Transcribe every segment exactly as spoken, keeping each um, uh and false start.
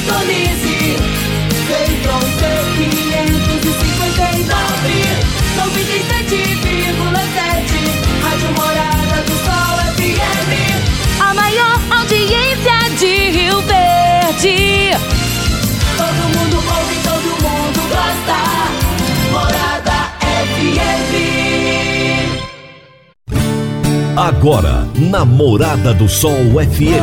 sintonize. Central C quinhentos e cinquenta e nove, noventa e sete vírgula sete, Rádio Morada do Sol F M. A maior audiência de Rio Verde. Todo mundo ouve, todo mundo gosta. Morada F M. Agora, na Morada do Sol F M.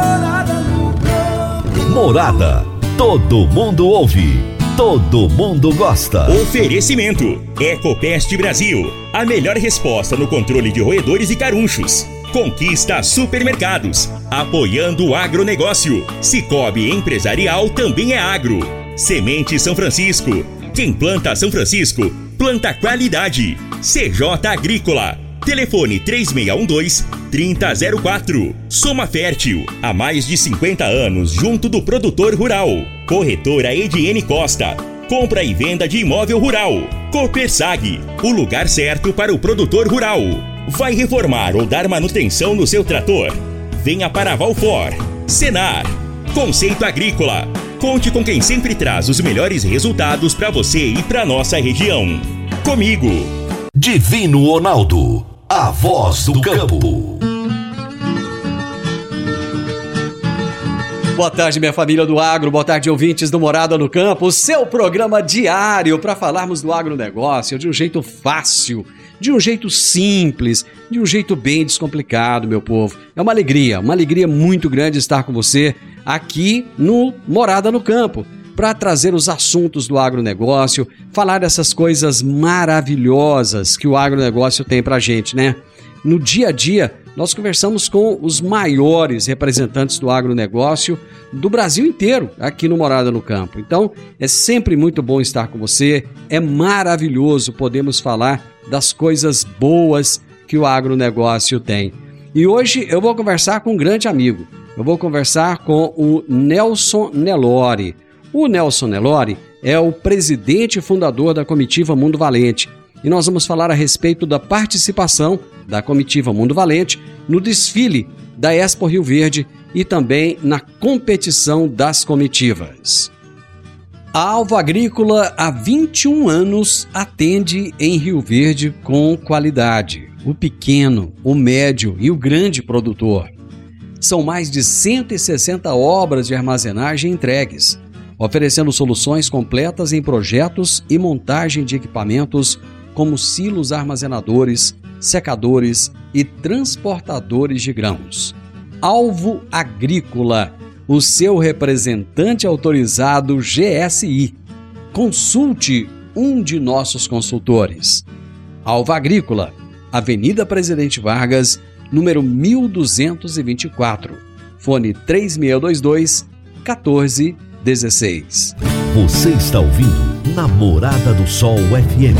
Morada. Todo mundo ouve. Todo mundo gosta. Oferecimento. Ecopest Brasil. A melhor resposta no controle de roedores e carunchos. Conquista Supermercados. Apoiando o agronegócio. Cicobi Empresarial também é agro. Semente São Francisco. Quem planta São Francisco, planta qualidade. C J Agrícola. Telefone três seis um dois, três zero zero quatro. Soma Fértil, há mais de cinquenta anos junto do produtor rural. Corretora Ediene Costa. Compra e venda de imóvel rural. Copersag, o lugar certo para o produtor rural. Vai reformar ou dar manutenção no seu trator? Venha para Valfor. Senar. Conceito Agrícola. Conte com quem sempre traz os melhores resultados para você e para nossa região. Comigo. Divino Ronaldo, a voz do campo. Boa tarde, minha família do agro, boa tarde, ouvintes do Morada no Campo, o seu programa diário para falarmos do agronegócio de um jeito fácil, de um jeito simples, de um jeito bem descomplicado, meu povo. É uma alegria, uma alegria muito grande estar com você aqui no Morada no Campo, para trazer os assuntos do agronegócio, falar dessas coisas maravilhosas que o agronegócio tem para a gente, né? No dia a dia, nós conversamos com os maiores representantes do agronegócio do Brasil inteiro, aqui no Morada no Campo. Então, é sempre muito bom estar com você, é maravilhoso podermos falar das coisas boas que o agronegócio tem. E hoje eu vou conversar com um grande amigo, eu vou conversar com o Nelson Nelore. O Nelson Nelore é o presidente e fundador da Comitiva Mundo Valente e nós vamos falar a respeito da participação da Comitiva Mundo Valente no desfile da Expo Rio Verde e também na competição das comitivas. A Alva Agrícola há vinte e um anos atende em Rio Verde com qualidade, o pequeno, o médio e o grande produtor. São mais de cento e sessenta obras de armazenagem entregues, oferecendo soluções completas em projetos e montagem de equipamentos como silos armazenadores, secadores e transportadores de grãos. Alvo Agrícola, o seu representante autorizado G S I. Consulte um de nossos consultores. Alvo Agrícola, Avenida Presidente Vargas, número mil duzentos e vinte e quatro. Fone três seis dois dois, um quatro dezesseis. Você está ouvindo Namorada do Sol F M.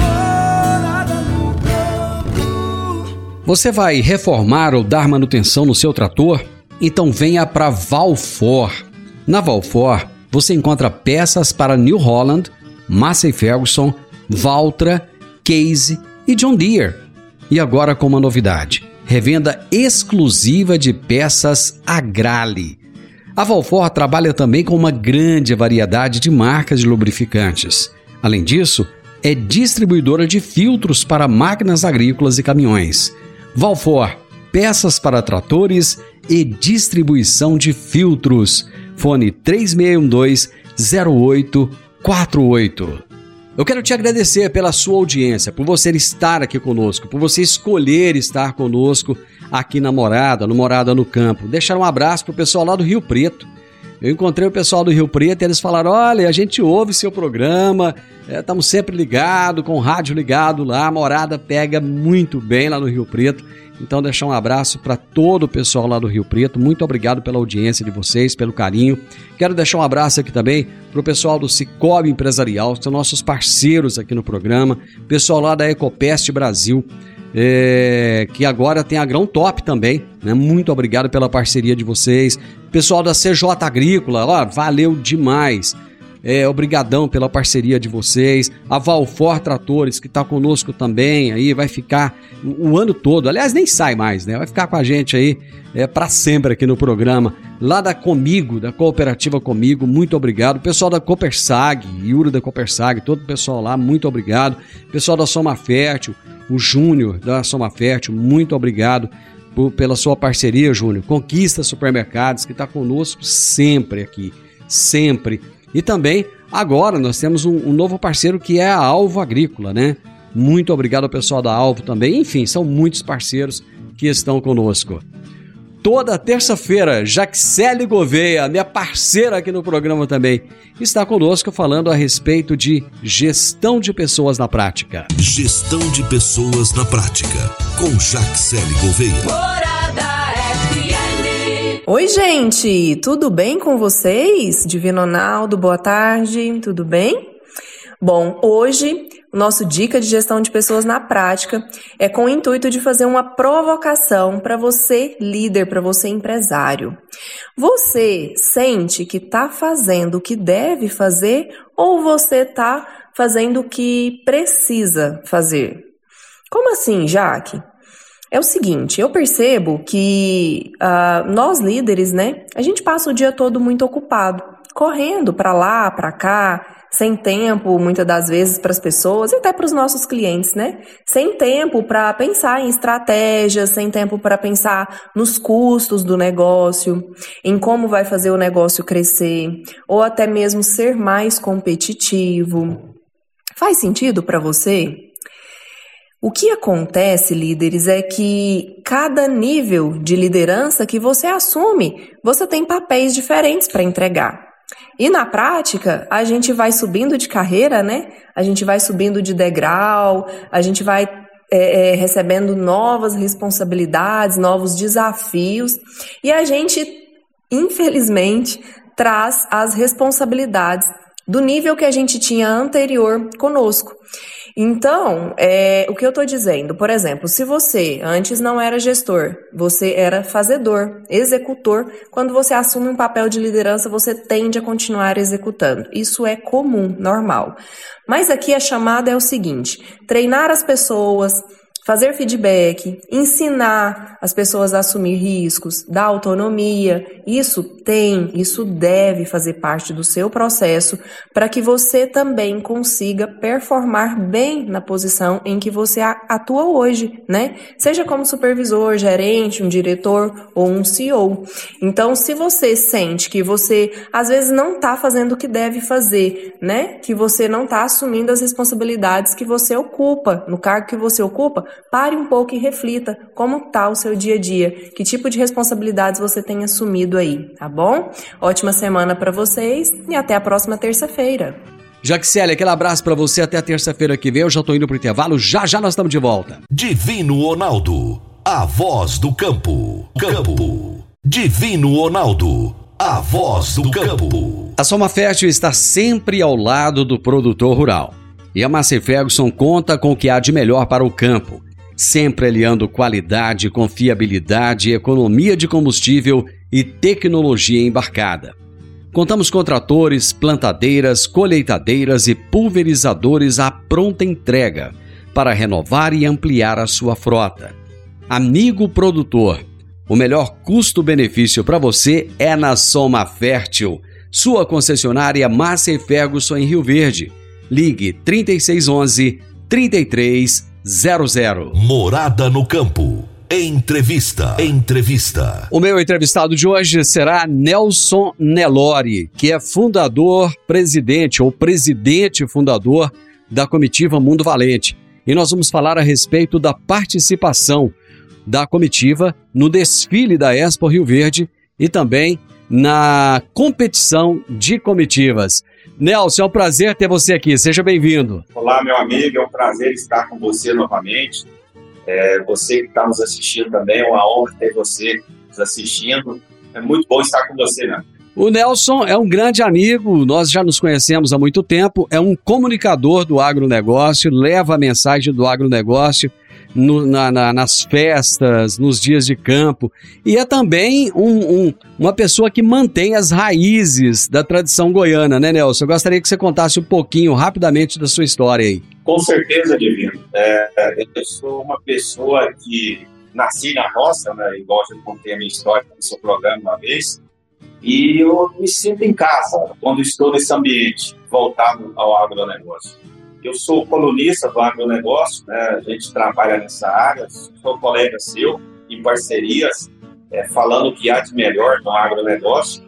Você vai reformar ou dar manutenção no seu trator? Então venha para Valfor. Na Valfor, você encontra peças para New Holland, Massey Ferguson, Valtra, Case e John Deere. E agora com uma novidade, revenda exclusiva de peças Agrale. A Valfor trabalha também com uma grande variedade de marcas de lubrificantes. Além disso, é distribuidora de filtros para máquinas agrícolas e caminhões. Valfor, peças para tratores e distribuição de filtros. Fone três seis um dois, zero oito quatro oito. Eu quero te agradecer pela sua audiência, por você estar aqui conosco, por você escolher estar conosco aqui na Morada, no Morada no Campo. Deixar um abraço pro pessoal lá do Rio Preto. Eu encontrei o pessoal do Rio Preto e eles falaram, olha, a gente ouve seu programa, estamos é, sempre ligados, com o rádio ligado lá, a Morada pega muito bem lá no Rio Preto. Então deixar um abraço para todo o pessoal lá do Rio Preto, muito obrigado pela audiência de vocês, pelo carinho. Quero deixar um abraço aqui também para o pessoal do Cicobi Empresarial, que são nossos parceiros aqui no programa, pessoal lá da Ecopest Brasil, é, que agora tem a Grão Top também, né? Muito obrigado pela parceria de vocês. Pessoal da C J Agrícola, ó, valeu demais. é, obrigadão pela parceria de vocês. A Valfor Tratores, que está conosco também, aí vai ficar o, o ano todo. Aliás, nem sai mais, né? Vai ficar com a gente aí é, para sempre aqui no programa. Lá da Comigo, da Cooperativa Comigo, muito obrigado. Pessoal da Copersag, Yuri da Copersag, todo o pessoal lá, muito obrigado. Pessoal da Soma Fértil, o Júnior da Soma Fértil, muito obrigado por, pela sua parceria, Júnior. Conquista Supermercados, que está conosco sempre aqui, sempre. E também, agora, nós temos um, um novo parceiro que é a Alvo Agrícola, né? Muito obrigado ao pessoal da Alvo também. Enfim, são muitos parceiros que estão conosco. Toda terça-feira, Jaxele Gouveia, minha parceira aqui no programa também, está conosco falando a respeito de gestão de pessoas na prática. Gestão de pessoas na prática, com Jaxele Gouveia. Morada F M. Oi, gente, tudo bem com vocês? Divino Ronaldo, boa tarde, tudo bem? Bom, hoje o nosso Dica de Gestão de Pessoas na Prática é com o intuito de fazer uma provocação para você, líder, para você, empresário. Você sente que está fazendo o que deve fazer ou você está fazendo o que precisa fazer? Como assim, Jaque? É o seguinte, eu percebo que uh, nós líderes, né, a gente passa o dia todo muito ocupado, correndo para lá, para cá, sem tempo, muitas das vezes, para as pessoas e até para os nossos clientes, né? Sem tempo para pensar em estratégias, sem tempo para pensar nos custos do negócio, em como vai fazer o negócio crescer, ou até mesmo ser mais competitivo. Faz sentido para você? O que acontece, líderes, é que cada nível de liderança que você assume, você tem papéis diferentes para entregar. E na prática, a gente vai subindo de carreira, né? A gente vai subindo de degrau, a gente vai é, é, recebendo novas responsabilidades, novos desafios. E a gente, infelizmente, traz as responsabilidades do nível que a gente tinha anterior conosco. Então, é, o que eu estou dizendo, por exemplo, se você antes não era gestor, você era fazedor, executor, quando você assume um papel de liderança, você tende a continuar executando. Isso é comum, normal. Mas aqui a chamada é o seguinte, treinar as pessoas, fazer feedback, ensinar as pessoas a assumir riscos, dar autonomia, isso tem, isso deve fazer parte do seu processo para que você também consiga performar bem na posição em que você atua hoje, né? Seja como supervisor, gerente, um diretor ou um C E O. Então, se você sente que você, às vezes, não está fazendo o que deve fazer, né? Que você não está assumindo as responsabilidades que você ocupa, no cargo que você ocupa, pare um pouco e reflita como está o seu dia a dia, que tipo de responsabilidades você tem assumido aí, tá bom? Ótima semana para vocês e até a próxima terça-feira. Jaxele, aquele abraço para você até a terça-feira que vem, eu já tô indo pro intervalo, já já nós estamos de volta. Divino Ronaldo, a voz do campo. Campo. Divino Ronaldo, a voz do campo. A Soma Fértil está sempre ao lado do produtor rural. E a Massey Ferguson conta com o que há de melhor para o campo, sempre aliando qualidade, confiabilidade, economia de combustível e tecnologia embarcada. Contamos com tratores, plantadeiras, colheitadeiras e pulverizadores à pronta entrega para renovar e ampliar a sua frota. Amigo produtor, o melhor custo-benefício para você é na Soma Fértil, sua concessionária Massey Ferguson em Rio Verde. Ligue trinta e seis onze, trinta e três zero zero. Morada no campo. Entrevista. Entrevista. O meu entrevistado de hoje será Nelson Nelore, que é fundador, presidente ou presidente fundador da comitiva Mundo Valente. E nós vamos falar a respeito da participação da comitiva no desfile da Expo Rio Verde e também na competição de comitivas. Nelson, é um prazer ter você aqui, seja bem-vindo. Olá, meu amigo, é um prazer estar com você novamente. É, você que está nos assistindo também, é uma honra ter você nos assistindo. É muito bom estar com você, né? O Nelson é um grande amigo, nós já nos conhecemos há muito tempo, é um comunicador do agronegócio, leva a mensagem do agronegócio no, na, na, nas festas, nos dias de campo. E é também um, um, uma pessoa que mantém as raízes da tradição goiana, né, Nelson? Eu gostaria que você contasse um pouquinho, rapidamente, da sua história aí. Com certeza, Divino. É, eu sou uma pessoa que nasci na roça, né, igual eu contei a minha história no seu programa uma vez, e eu me sinto em casa quando estou nesse ambiente voltado ao agronegócio. Eu sou colunista do agronegócio, né, a gente trabalha nessa área, sou colega seu, em parcerias, é, falando o que há de melhor no agronegócio,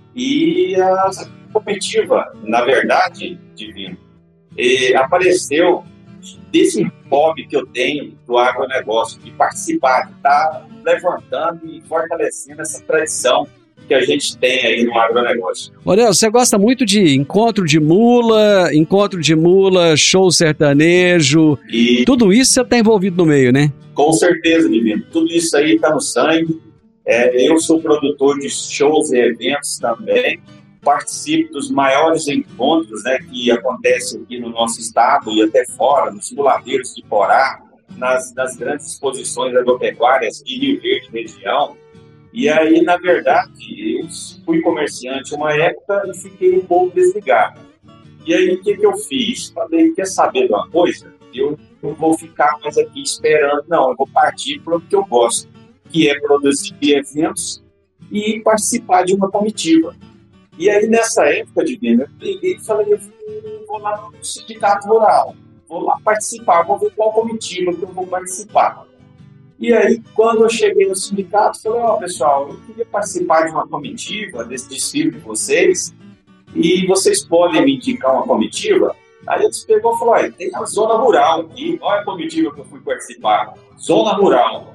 e a comitiva, na verdade, Divino, e apareceu desse hobby que eu tenho do agronegócio, de participar, de estar levantando e fortalecendo essa tradição que a gente tem aí no agronegócio. Orel, você gosta muito de encontro de mula, encontro de mula, show sertanejo, e tudo isso você está envolvido no meio, né? Com certeza, Divino. Tudo isso aí está no sangue. É, eu sou produtor de shows e eventos também. Participo dos maiores encontros, né, que acontecem aqui no nosso estado e até fora, nos simuladeiros de Porá, nas, nas grandes exposições agropecuárias de Rio Verde região. E aí, na verdade, eu fui comerciante uma época e fiquei um pouco desligado. E aí, o que, que eu fiz? Falei, quer saber de uma coisa? Eu não vou ficar mais aqui esperando, não, eu vou partir para o que eu gosto, que é produzir eventos e participar de uma comitiva. E aí, nessa época, Divino, eu peguei e falei, eu vou lá no sindicato rural, vou lá participar, vou ver qual comitiva que eu vou participar. E aí, quando eu cheguei no sindicato, falei, ó, oh, pessoal, eu queria participar de uma comitiva, desse desfile de vocês, e vocês podem me indicar uma comitiva? Aí eles pegou e falou, olha, tem a zona rural aqui, olha a comitiva que eu fui participar, zona rural.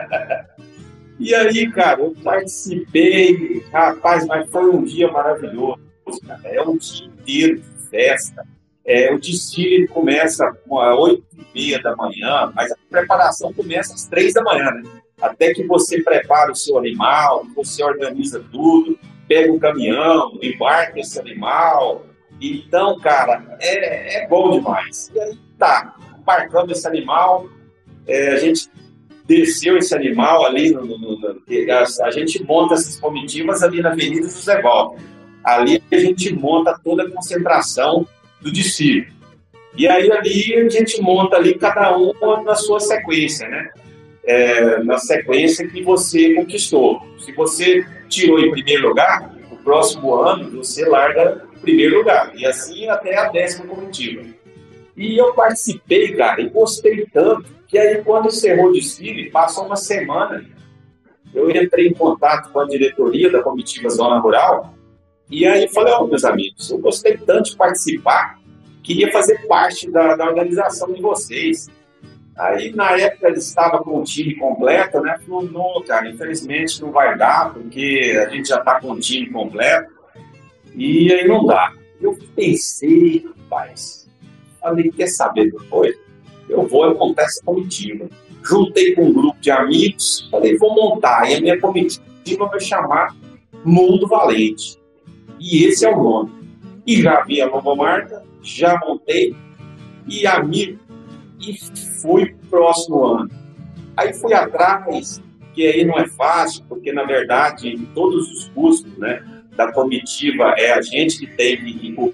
E aí, cara, eu participei, rapaz, mas foi um dia maravilhoso, cara. É um dia inteiro de festa. É, o desfile começa às oito e meia da manhã, mas a preparação começa às três da manhã, né? Até que você prepara o seu animal, você organiza tudo, pega o caminhão, embarca esse animal. Então, cara, é, é bom demais. E aí, tá, embarcando esse animal, é, a gente desceu esse animal ali, no, no, no, a, a gente monta essas comitivas ali na Avenida José Walter. Ali a gente monta toda a concentração do desfile. E aí ali a gente monta ali cada um na sua sequência, né? É, na sequência que você conquistou. Se você tirou em primeiro lugar, no próximo ano você larga em primeiro lugar. E assim até a décima comitiva. E eu participei, cara, e gostei tanto, que aí quando encerrou o desfile, passou uma semana, eu entrei em contato com a diretoria da comitiva Zona Rural, e aí falei, ó, oh, meus amigos, eu gostei tanto de participar, queria fazer parte da, da organização de vocês. Aí, na época, eles estavam com o time completo, né? Falou, não, cara, infelizmente não vai dar, porque a gente já está com o time completo, e aí não dá. Eu pensei, rapaz, falei, quer saber depois? Eu vou montar essa comitiva. Juntei com um grupo de amigos, falei, vou montar, e a minha comitiva vai chamar Mundo Valente. E esse é o nome. E já vi a logomarca, já montei, e amigo, e fui pro próximo ano. Aí fui atrás, que aí não é fácil, porque na verdade todos os custos, né, da comitiva é a gente que tem que...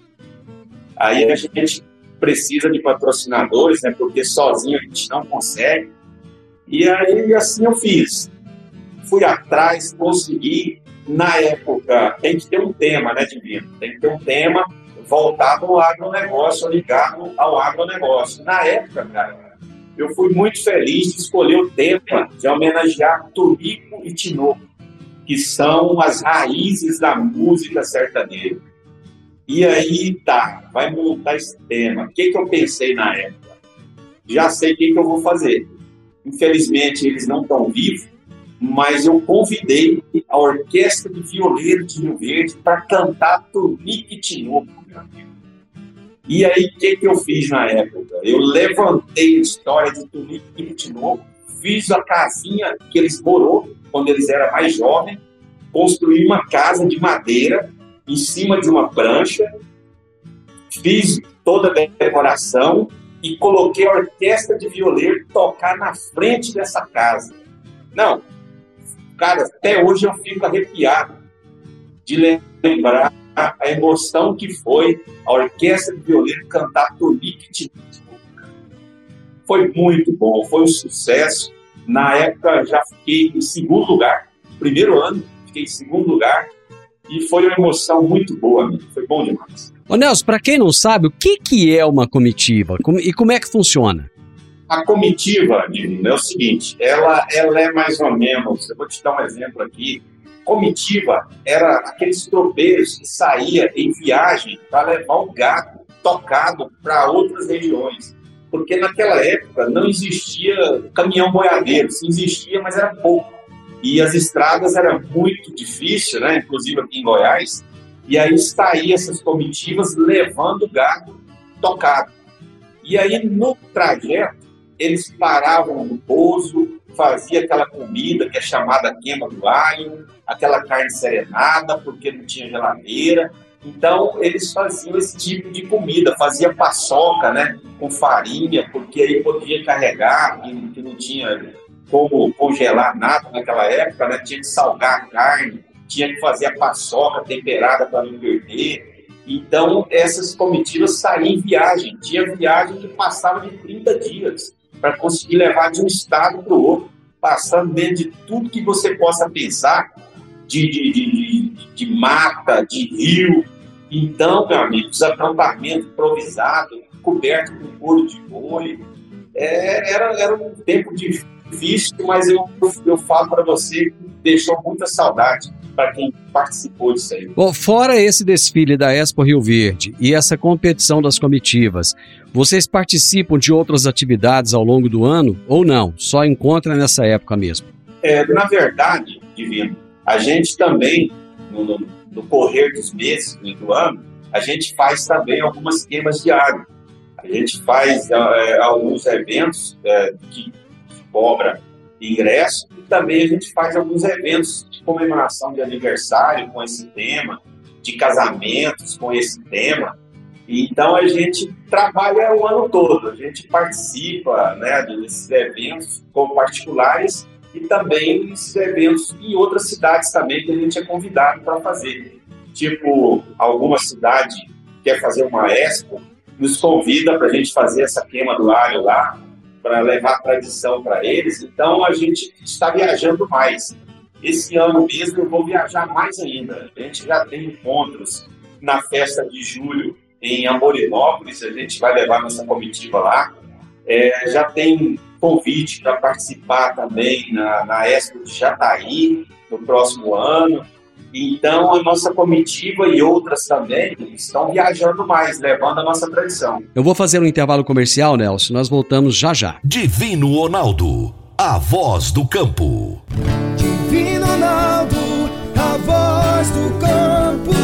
Aí a gente precisa de patrocinadores, né, porque sozinho a gente não consegue. E aí assim eu fiz. Fui atrás, consegui. Na época, tem que ter um tema, né, Divino? Tem que ter um tema voltado ao agronegócio, ligado ao agronegócio. Na época, cara, eu fui muito feliz de escolher o tema de homenagear Tunico e Tinoco, que são as raízes da música sertaneja. E aí, tá, vai montar esse tema. O que, que eu pensei na época? Já sei o que, que eu vou fazer. Infelizmente, eles não estão vivos, mas eu convidei a Orquestra de Violeiro de Rio Verde para cantar Tunico e Tinoco, meu amigo. E aí, o que, que eu fiz na época? Eu levantei a história de Tunico e Tinoco, fiz a casinha que eles morou quando eles eram mais jovens, construí uma casa de madeira em cima de uma prancha, fiz toda a decoração e coloquei a orquestra de violeiro tocar na frente dessa casa. Não, cara, até hoje eu fico arrepiado de lembrar a emoção que foi a orquestra de violeiro cantar Tonique Tinoco. Foi muito bom, foi um sucesso. Na época já fiquei em segundo lugar, primeiro ano, fiquei em segundo lugar, e foi uma emoção muito boa, amigo. Foi bom demais. Ô Nelson, para quem não sabe, o que, que é uma comitiva e como é que funciona? A comitiva, Divino, é o seguinte, ela, ela é mais ou menos, eu vou te dar um exemplo aqui. Comitiva era aqueles tropeiros que saíam em viagem para levar o gado tocado para outras regiões. Porque naquela época não existia caminhão boiadeiro, sim existia, mas era pouco. E as estradas eram muito difíceis, né? Inclusive aqui em Goiás, e aí saíam essas comitivas levando o gado tocado. E aí no trajeto, eles paravam no pouso, fazia aquela comida que é chamada queima do alho, aquela carne serenada, porque não tinha geladeira. Então, eles faziam esse tipo de comida, fazia paçoca, né, com farinha, porque aí podia carregar, que, que não tinha como congelar nada naquela época, né, tinha que salgar a carne, tinha que fazer a paçoca temperada para não perder. Então, essas comitivas saíam em viagem. Tinha viagem que passava de trinta dias para conseguir levar de um estado para o outro, passando dentro de tudo que você possa pensar, de, de, de, de, de mata, de rio. Então, meu amigo, os acampamentos improvisados, cobertos com couro de boi, é, era, era um tempo difícil, mas eu, eu falo para você que deixou muita saudade para quem participou disso aí. Bom, fora esse desfile da Expo Rio Verde e essa competição das comitivas, vocês participam de outras atividades ao longo do ano ou não? Só encontra nessa época mesmo? É, na verdade, Divino, a gente também, no, no, no correr dos meses do ano, a gente faz também algumas queimas diárias. A gente faz é, alguns eventos é, que cobra ingresso e também a gente faz alguns eventos de comemoração de aniversário com esse tema, de casamentos com esse tema. Então a gente trabalha o ano todo, a gente participa, né, desses eventos como particulares e também esses eventos em outras cidades também que a gente é convidado para fazer. Tipo, alguma cidade quer fazer uma expo, nos convida para a gente fazer essa queima do alho lá, para levar a tradição para eles. Então a gente está viajando mais. Esse ano mesmo eu vou viajar mais ainda. A gente já tem encontros na festa de julho em Amorinópolis, a gente vai levar nossa comitiva lá. É, já tem convite para participar também na, na Expo de Jataí no próximo ano. Então, a nossa comitiva e outras também estão viajando mais, levando a nossa tradição. Eu vou fazer um intervalo comercial, Nelson. Nós voltamos já já. Divino Ronaldo, a voz do campo. Divino Ronaldo, a voz do campo.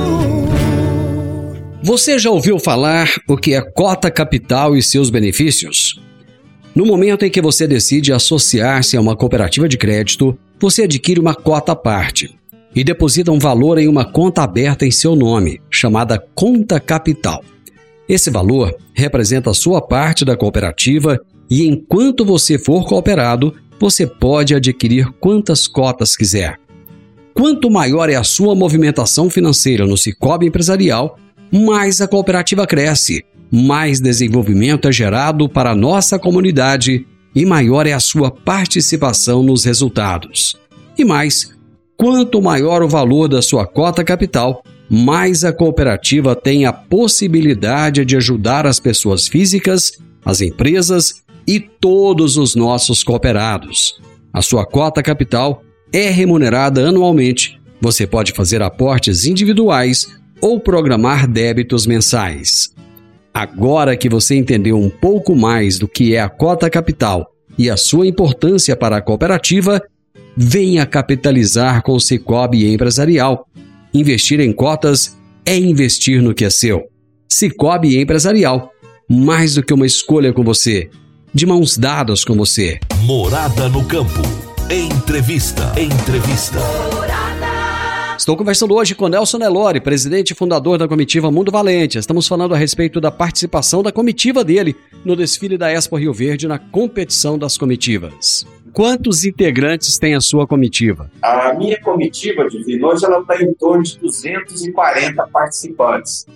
Você já ouviu falar o que é cota capital e seus benefícios? No momento em que você decide associar-se a uma cooperativa de crédito, você adquire uma cota à parte e deposita um valor em uma conta aberta em seu nome, chamada conta capital. Esse valor representa a sua parte da cooperativa e enquanto você for cooperado, você pode adquirir quantas cotas quiser. Quanto maior é a sua movimentação financeira no Sicoob Empresarial, mais a cooperativa cresce, mais desenvolvimento é gerado para a nossa comunidade e maior é a sua participação nos resultados. E mais, quanto maior o valor da sua cota capital, mais a cooperativa tem a possibilidade de ajudar as pessoas físicas, as empresas e todos os nossos cooperados. A sua cota capital é remunerada anualmente. Você pode fazer aportes individuais ou programar débitos mensais. Agora que você entendeu um pouco mais do que é a cota capital e a sua importância para a cooperativa, venha capitalizar com o Sicoob Empresarial. Investir em cotas é investir no que é seu. Sicoob Empresarial, mais do que uma escolha com você, de mãos dadas com você. Morada no campo. Entrevista. Entrevista. Morada. Estou conversando hoje com Nelson Nelore, presidente e fundador da comitiva Mundo Valente. Estamos falando a respeito da participação da comitiva dele no desfile da Expo Rio Verde na competição das comitivas. Quantos integrantes tem a sua comitiva? A minha comitiva, Divino, hoje ela está em torno de duzentos e quarenta participantes.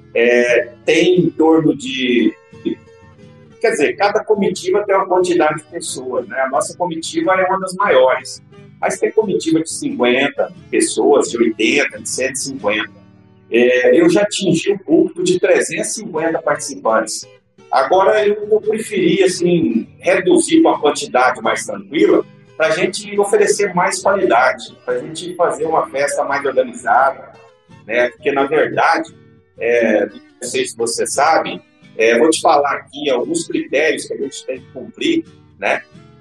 É, tem em torno de... Quer dizer, cada comitiva tem uma quantidade de pessoas, né? A nossa comitiva é uma das maiores. Mas tem comitiva de cinquenta pessoas, de oitenta, de cento e cinquenta. É, eu já atingi um público de trezentos e cinquenta participantes. Agora, eu, eu preferi assim, reduzir com a quantidade mais tranquila para a gente oferecer mais qualidade, para a gente fazer uma festa mais organizada, né? Porque, na verdade, é, não sei se você sabe, é, vou te falar aqui alguns critérios que a gente tem que cumprir, né?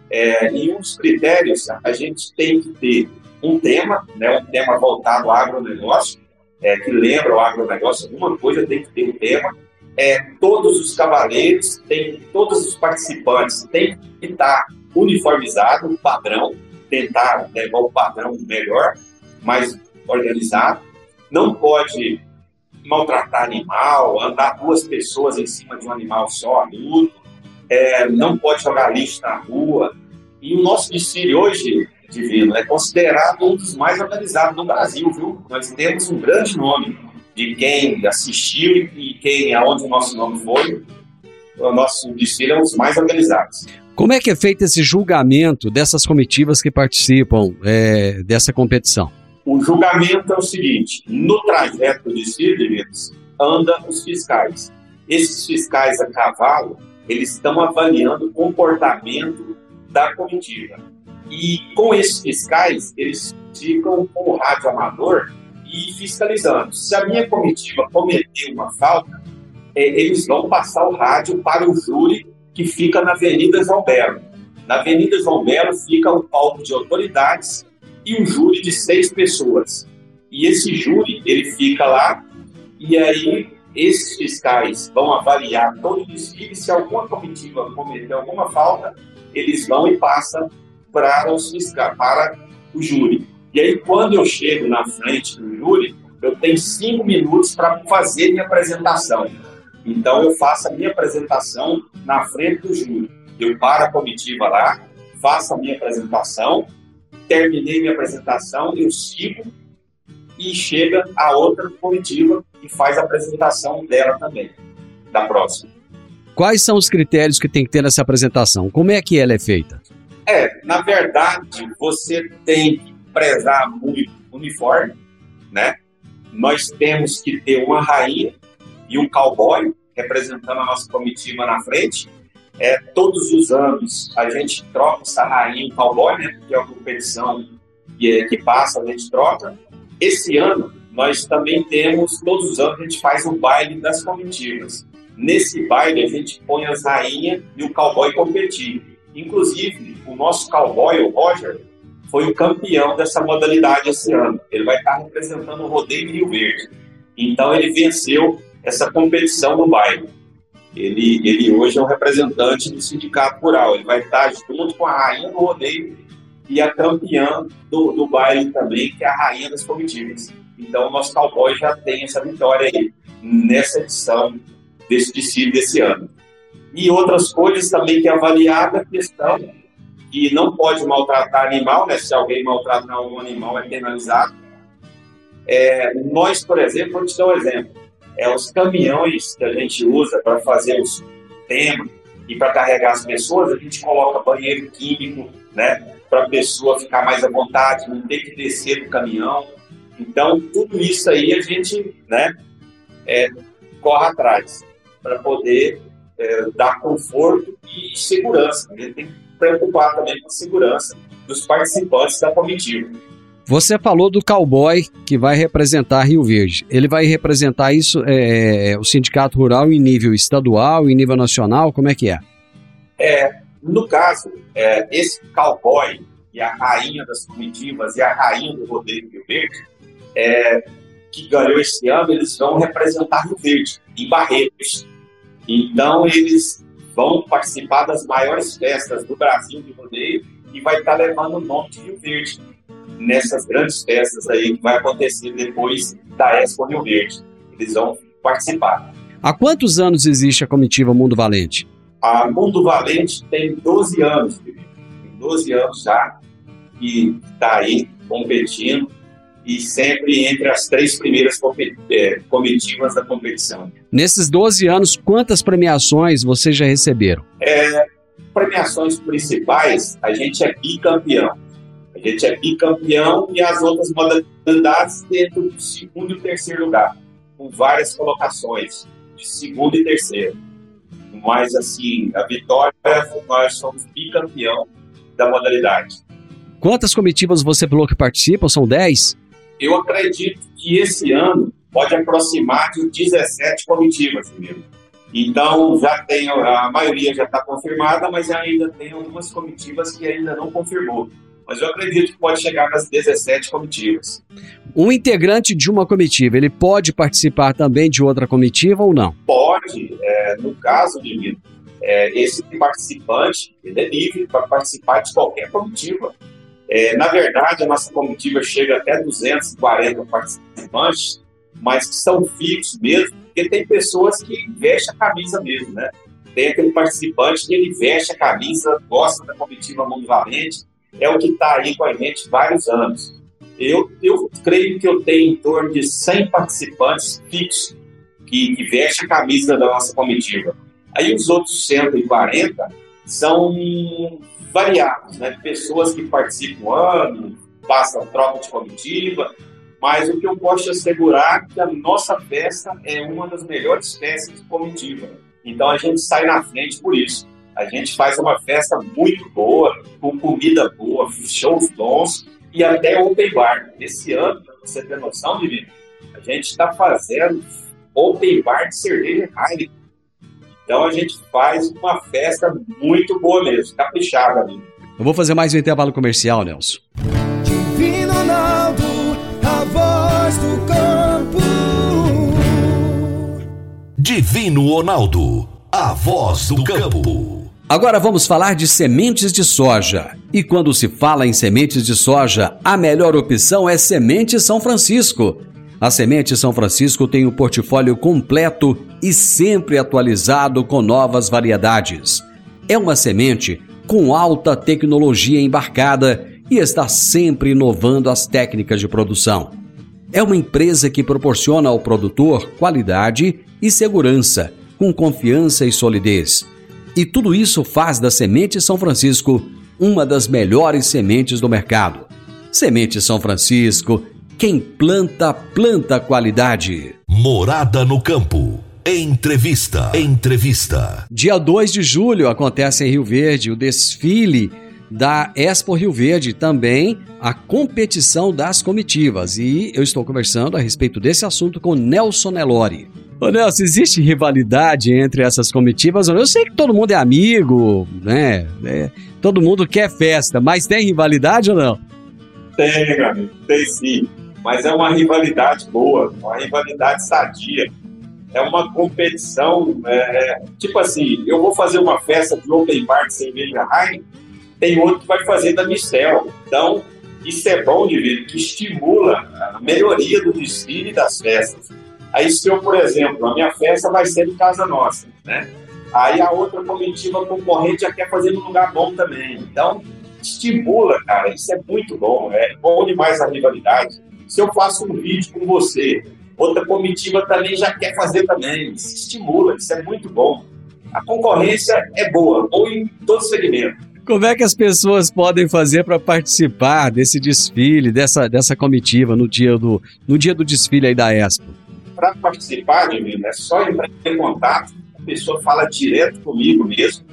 É, e um dos critérios, a gente tem que ter um tema, né, um tema voltado ao agronegócio, é, que lembra o agronegócio, alguma coisa tem que ter um tema. É, todos os cavaleiros, tem, todos os participantes têm que estar uniformizados, um padrão, tentar levar o padrão melhor, mais organizado. Não pode maltratar animal, andar duas pessoas em cima de um animal só, adulto. É, não pode jogar lixo na rua. E o nosso desfile hoje, Divino, é considerado um dos mais organizados do Brasil, viu? Nós temos um grande nome de quem assistiu e quem, aonde o nosso nome foi. O nosso desfile é um dos mais organizados. Como é que é feito esse julgamento dessas comitivas que participam é, dessa competição? O julgamento é o seguinte: no trajeto do desfile, Divinos, andam os fiscais. Esses fiscais a cavalo, eles estão avaliando o comportamento da comitiva. E com esses fiscais, eles ficam com o rádio amador e fiscalizando. Se a minha comitiva cometer uma falta, é, eles vão passar o rádio para o júri que fica na Avenida João Belo. Na Avenida João Belo fica o palco de autoridades e um júri de seis pessoas. E esse júri, ele fica lá e aí esses fiscais vão avaliar todo o desfile. Se alguma comitiva cometer alguma falta, eles vão e passam para os fiscais, para o júri. E aí, quando eu chego na frente do júri, eu tenho cinco minutos para fazer minha apresentação. Então, eu faço a minha apresentação na frente do júri. Eu paro a comitiva lá, faço a minha apresentação, terminei minha apresentação, eu sigo e chega a outra comitiva e faz a apresentação dela também, da próxima. Quais são os critérios que tem que ter nessa apresentação? Como é que ela é feita? É, na verdade, você tem que prezar muito o uniforme, né? Nós temos que ter uma rainha e um cowboy representando a nossa comitiva na frente. É, todos os anos a gente troca essa rainha e o cowboy, né? Porque é uma competição que, que passa, a gente troca. Esse ano, nós também temos, todos os anos a gente faz o baile das comitivas. Nesse baile, a gente põe as rainhas e o cowboy competir. Inclusive, o nosso cowboy, o Roger, foi o campeão dessa modalidade esse ano. Ele vai estar representando o rodeio de Rio Verde. Então, ele venceu essa competição no baile. Ele, ele hoje é o representante do Sindicato Rural. Ele vai estar junto com a rainha do rodeio e a campeã do, do baile também, que é a rainha das comitivas. Então, o nosso cowboy já tem essa vitória aí, nessa edição desse desfile desse ano. E outras coisas também que é avaliada, a questão que não pode maltratar animal, né? Se alguém maltratar um animal é penalizado. É, nós, por exemplo, vou te dar um exemplo, é, os caminhões que a gente usa para fazer os temas e para carregar as pessoas, a gente coloca banheiro químico, né? Para a pessoa ficar mais à vontade, não ter que descer do caminhão. Então, tudo isso aí a gente, né, é, corre atrás para poder é, dar conforto e segurança. A gente tem que preocupar também com a segurança dos participantes da comitiva. Você falou do cowboy que vai representar Rio Verde. Ele vai representar isso, é, o Sindicato Rural em nível estadual, em nível nacional, como é que é? É, no caso, é, esse cowboy e a rainha das comitivas e a rainha do rodeio Rio Verde, é, que ganhou esse ano, eles vão representar Rio Verde, em Barretos. Então, eles vão participar das maiores festas do Brasil de rodeio e vai estar levando o nome de Rio Verde nessas grandes festas aí que vai acontecer depois da Expo Rio Verde. Eles vão participar. Há quantos anos existe a comitiva Mundo Valente? A Mundo Valente tem doze anos, tem doze anos já, que está aí competindo e sempre entre as três primeiras comitivas da competição. Nesses doze anos, quantas premiações vocês já receberam? É, premiações principais, a gente é bicampeão. A gente é bicampeão e as outras modalidades dentro do segundo e terceiro lugar, com várias colocações de segundo e terceiro. Mas, assim, a vitória, nós somos bicampeão da modalidade. Quantas comitivas você falou que participam? São dez? Eu acredito que esse ano pode aproximar de dezessete comitivas mesmo. Então, já tem, a maioria já está confirmada, mas ainda tem algumas comitivas que ainda não confirmou. Mas eu acredito que pode chegar nas dezessete comitivas. Um integrante de uma comitiva, ele pode participar também de outra comitiva ou não? Pode. É, no caso, Divino, é, esse participante, ele é livre para participar de qualquer comitiva. É, na verdade, a nossa comitiva chega até duzentos e quarenta participantes, mas que são fixos mesmo, porque tem pessoas que vestem a camisa mesmo, né? Tem aquele participante que ele veste a camisa, gosta da comitiva Mundo Valente, é o que está aí com a gente vários anos. Eu, eu creio que eu tenho em torno de cem participantes fixos que, que vestem a camisa da nossa comitiva. Aí os outros cento e quarenta são variados, né? Pessoas que participam um ano, passam troca de comitiva, mas o que eu posso assegurar é que a nossa festa é uma das melhores festas de comitiva. Então a gente sai na frente por isso. A gente faz uma festa muito boa, com comida boa, shows bons e até open bar. Esse ano, para você ter noção, Divino, a gente está fazendo open bar de cerveja Heineken. Então a gente faz uma festa muito boa mesmo, caprichada ali. Eu vou fazer mais um intervalo comercial, Nelson. Divino Ronaldo, a voz do campo. Divino Ronaldo, a voz do campo. Agora vamos falar de sementes de soja. E quando se fala em sementes de soja, a melhor opção é Semente São Francisco. A Semente São Francisco tem um portfólio completo e sempre atualizado com novas variedades. É uma semente com alta tecnologia embarcada e está sempre inovando as técnicas de produção. É uma empresa que proporciona ao produtor qualidade e segurança, com confiança e solidez. E tudo isso faz da Semente São Francisco uma das melhores sementes do mercado. Semente São Francisco, quem planta, planta qualidade. Morada no Campo. Entrevista. Entrevista. Dia dois de julho acontece em Rio Verde o desfile da Expo Rio Verde, também a competição das comitivas. E eu estou conversando a respeito desse assunto com Nelson Nelore. Ô Nelson, existe rivalidade entre essas comitivas? Eu sei que todo mundo é amigo, né? É, todo mundo quer festa, mas tem rivalidade ou não? Tem, meu amigo, tem sim. Mas é uma rivalidade boa, uma rivalidade sadia. É uma competição, é, tipo assim, eu vou fazer uma festa de open bar de cerveja Heineken, tem outro que vai fazer da Mistel. Então, isso é bom de ver, que estimula a melhoria do desfile e das festas. Aí, se eu, por exemplo, a minha festa vai ser em casa nossa, né? Aí a outra comitiva concorrente já quer fazer num lugar bom também. Então, estimula, cara, isso é muito bom, é bom demais a rivalidade. Se eu faço um vídeo com você, outra comitiva também já quer fazer também, isso estimula, isso é muito bom. A concorrência é boa, boa em todo segmento. Como é que as pessoas podem fazer para participar desse desfile, dessa, dessa comitiva no dia do, no dia do desfile aí da Expo? Para participar, Divino, é só entrar em contato, a pessoa fala direto comigo mesmo,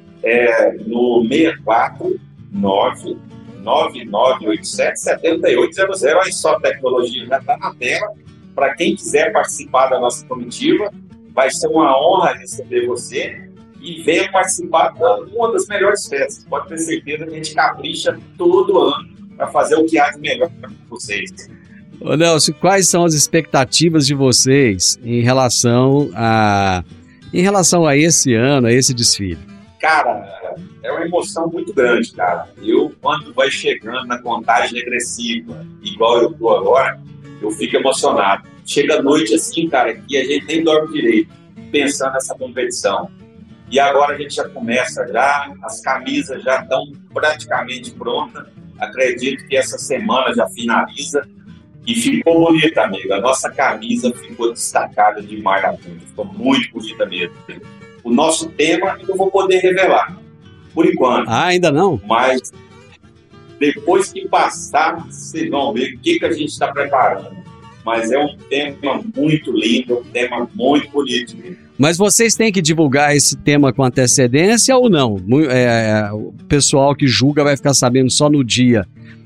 é, no seis quatro nove nove nove oito sete sete oito zero zero. Aí só a tecnologia já está na tela. Para quem quiser participar da nossa comitiva, vai ser uma honra receber você e venha participar de uma das melhores festas. Pode ter certeza que a gente capricha todo ano para fazer o que há de melhor para vocês. Ô Nelson, quais são as expectativas de vocês em relação a, em relação a esse ano, a esse desfile? Cara, é uma emoção muito grande, cara. Eu, quando vai chegando na contagem regressiva, igual eu tô agora, eu fico emocionado. Chega a noite assim, cara, que a gente nem dorme direito, pensando nessa competição. E agora a gente já começa já, as camisas já estão praticamente prontas. Acredito que essa semana já finaliza. E ficou bonita, amigo. A nossa camisa ficou destacada demais na frente. Ficou muito bonita mesmo. O nosso tema eu não vou poder revelar, por enquanto. Ah, ainda não? Mas depois que passar, vocês vão ver o que, que a gente está preparando. Mas é um tema muito lindo, um tema muito bonito mesmo. Mas vocês têm que divulgar esse tema com antecedência ou não? É, o pessoal que julga vai ficar sabendo só no dia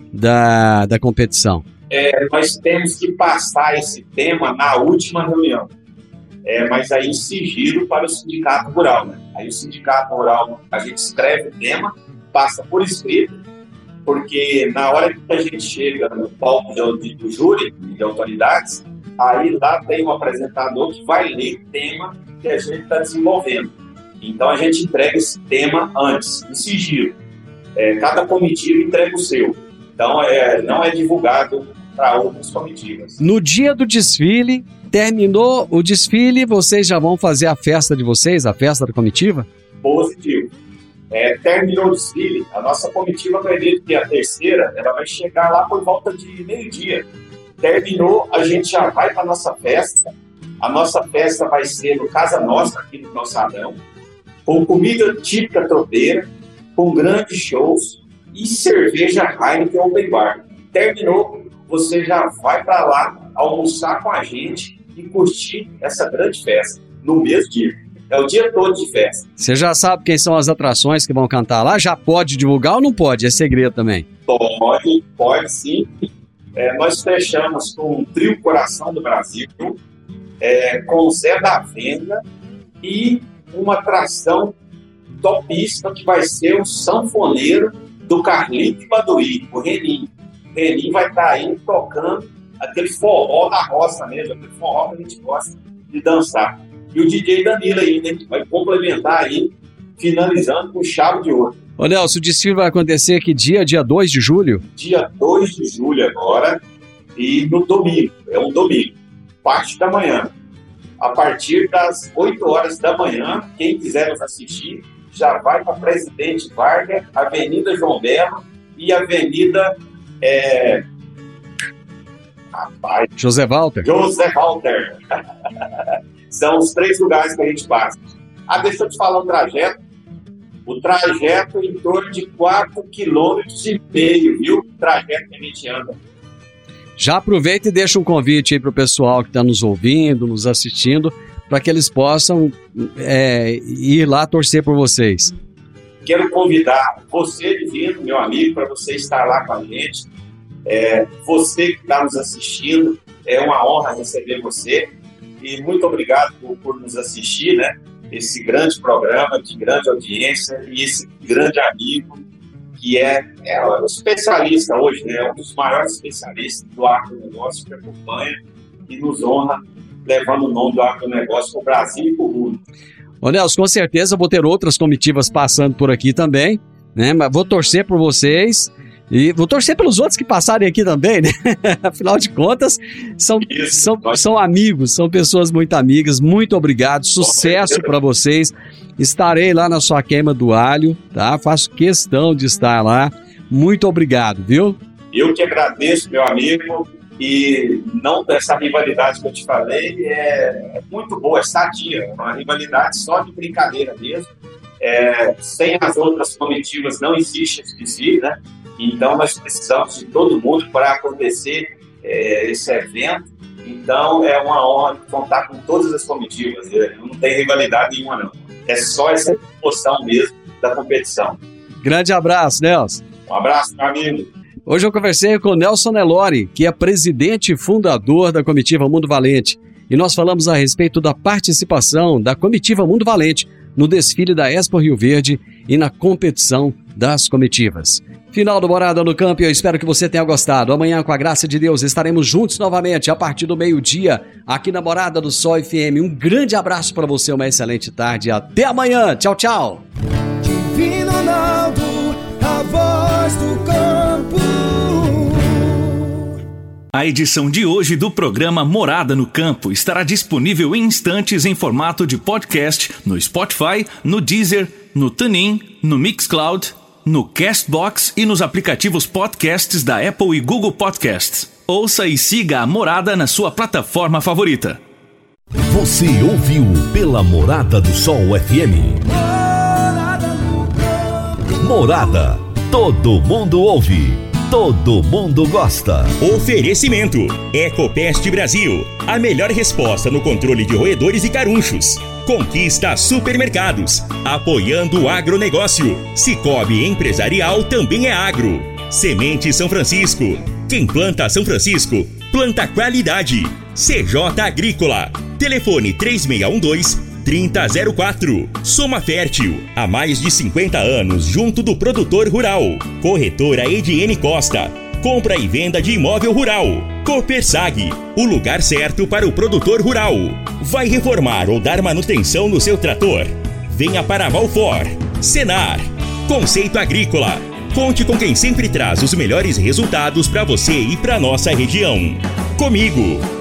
da, da competição. É, nós temos que passar esse tema na última reunião. É, mas aí em sigilo para o Sindicato Rural, né? Aí o Sindicato Rural, a gente escreve o tema, passa por escrito, porque na hora que a gente chega no palco do, do júri, de autoridades, aí lá tem um apresentador que vai ler o tema que a gente está desenvolvendo. Então a gente entrega esse tema antes, em sigilo. É, cada comitiva entrega o seu. Então é, não é divulgado para outras comitivas. No dia do desfile, terminou o desfile, vocês já vão fazer a festa de vocês, a festa da comitiva? Positivo. É, terminou o desfile, a nossa comitiva, acredito que a terceira, ela vai chegar lá por volta de meio-dia. Terminou, a gente já vai para a nossa festa. A nossa festa vai ser no Casa Nossa, aqui no nosso salão, com comida típica tropeira, com grandes shows e cerveja Heineken Open Bar. Terminou, você já vai para lá almoçar com a gente e curtir essa grande festa no mesmo dia. É o dia todo de festa. Você já sabe quem são as atrações que vão cantar lá? Já pode divulgar ou não pode? É segredo também? Pode, pode sim. É, nós fechamos com o Trio Coração do Brasil, é, com o Zé da Venda e uma atração topíssima que vai ser o sanfoneiro do Carlito Baduí, o Renin. O Renin vai estar aí tocando aquele forró da roça mesmo, aquele forró que a gente gosta de dançar. E o D J Danilo aí, né, vai complementar aí, finalizando com chave de ouro. Ô Nelson, o desfile vai acontecer que dia? Dia dois de julho? Dia dois de julho agora, e no domingo, é um domingo, parte da manhã. A partir das oito horas da manhã, quem quiser nos assistir, já vai para Presidente Vargas, Avenida João Belo e Avenida... É... Rapaz, José Walter. José Walter. São os três lugares que a gente passa. Ah, deixa eu te falar o trajeto. O trajeto é em torno de quatro quilômetros e meio, viu? O trajeto que a gente anda. Já aproveita e deixa um convite aí para o pessoal que está nos ouvindo, nos assistindo, para que eles possam é, ir lá torcer por vocês. Quero convidar você, Divino, meu amigo, para você estar lá com a gente. É, você que está nos assistindo, é uma honra receber você. E muito obrigado por, por nos assistir, né? Esse grande programa de grande audiência e esse grande amigo que é, é um especialista hoje, né? É um dos maiores especialistas do agronegócio que acompanha e nos honra levando o nome do agronegócio para o Brasil e para o mundo. Ô Nelson, com certeza vou ter outras comitivas passando por aqui também, né? Mas vou torcer por vocês. E vou torcer pelos outros que passarem aqui também, né? Afinal de contas, são, Isso, são, são amigos, são pessoas muito amigas. Muito obrigado, sucesso para vocês. Estarei lá na sua queima do alho, tá? Faço questão de estar lá. Muito obrigado, viu? Eu que agradeço, meu amigo. E não essa rivalidade que eu te falei é, é muito boa, é sadia. É uma rivalidade só de brincadeira mesmo. É, sem as outras comitivas não existe esse desfile, né? Então, nós precisamos de todo mundo para acontecer é, esse evento. Então, é uma honra contar com todas as comitivas. Não tem rivalidade nenhuma, não. É só essa emoção mesmo da competição. Grande abraço, Nelson. Um abraço, meu amigo. Hoje eu conversei com o Nelson Nelore, que é presidente e fundador da comitiva Mundo Valente. E nós falamos a respeito da participação da comitiva Mundo Valente no desfile da Expo Rio Verde e na competição das comitivas. Final do Morada no Campo, eu espero que você tenha gostado. Amanhã, com a graça de Deus, estaremos juntos novamente a partir do meio-dia aqui na Morada do Sol F M. Um grande abraço para você, uma excelente tarde. Até amanhã. Tchau, tchau. Divino Ronaldo, a voz do campo. A edição de hoje do programa Morada no Campo estará disponível em instantes em formato de podcast no Spotify, no Deezer, no TuneIn, no Mixcloud, no Castbox e nos aplicativos podcasts da Apple e Google Podcasts. Ouça e siga a Morada na sua plataforma favorita. Você ouviu pela Morada do Sol F M. Morada. Todo mundo ouve. Todo mundo gosta. Oferecimento: Ecopest Brasil, a melhor resposta no controle de roedores e carunchos. Conquista Supermercados, apoiando o agronegócio. Cicobi Empresarial também é agro. Semente São Francisco. Quem planta São Francisco, planta qualidade. C J Agrícola. Telefone três seis um dois, três zero zero quatro. Soma Fértil, há mais de cinquenta anos junto do produtor rural. Corretora Ediene Costa, compra e venda de imóvel rural. Copersag, o lugar certo para o produtor rural. Vai reformar ou dar manutenção no seu trator? Venha para Valfor. Senar, Conceito Agrícola. Conte com quem sempre traz os melhores resultados para você e para nossa região. Comigo.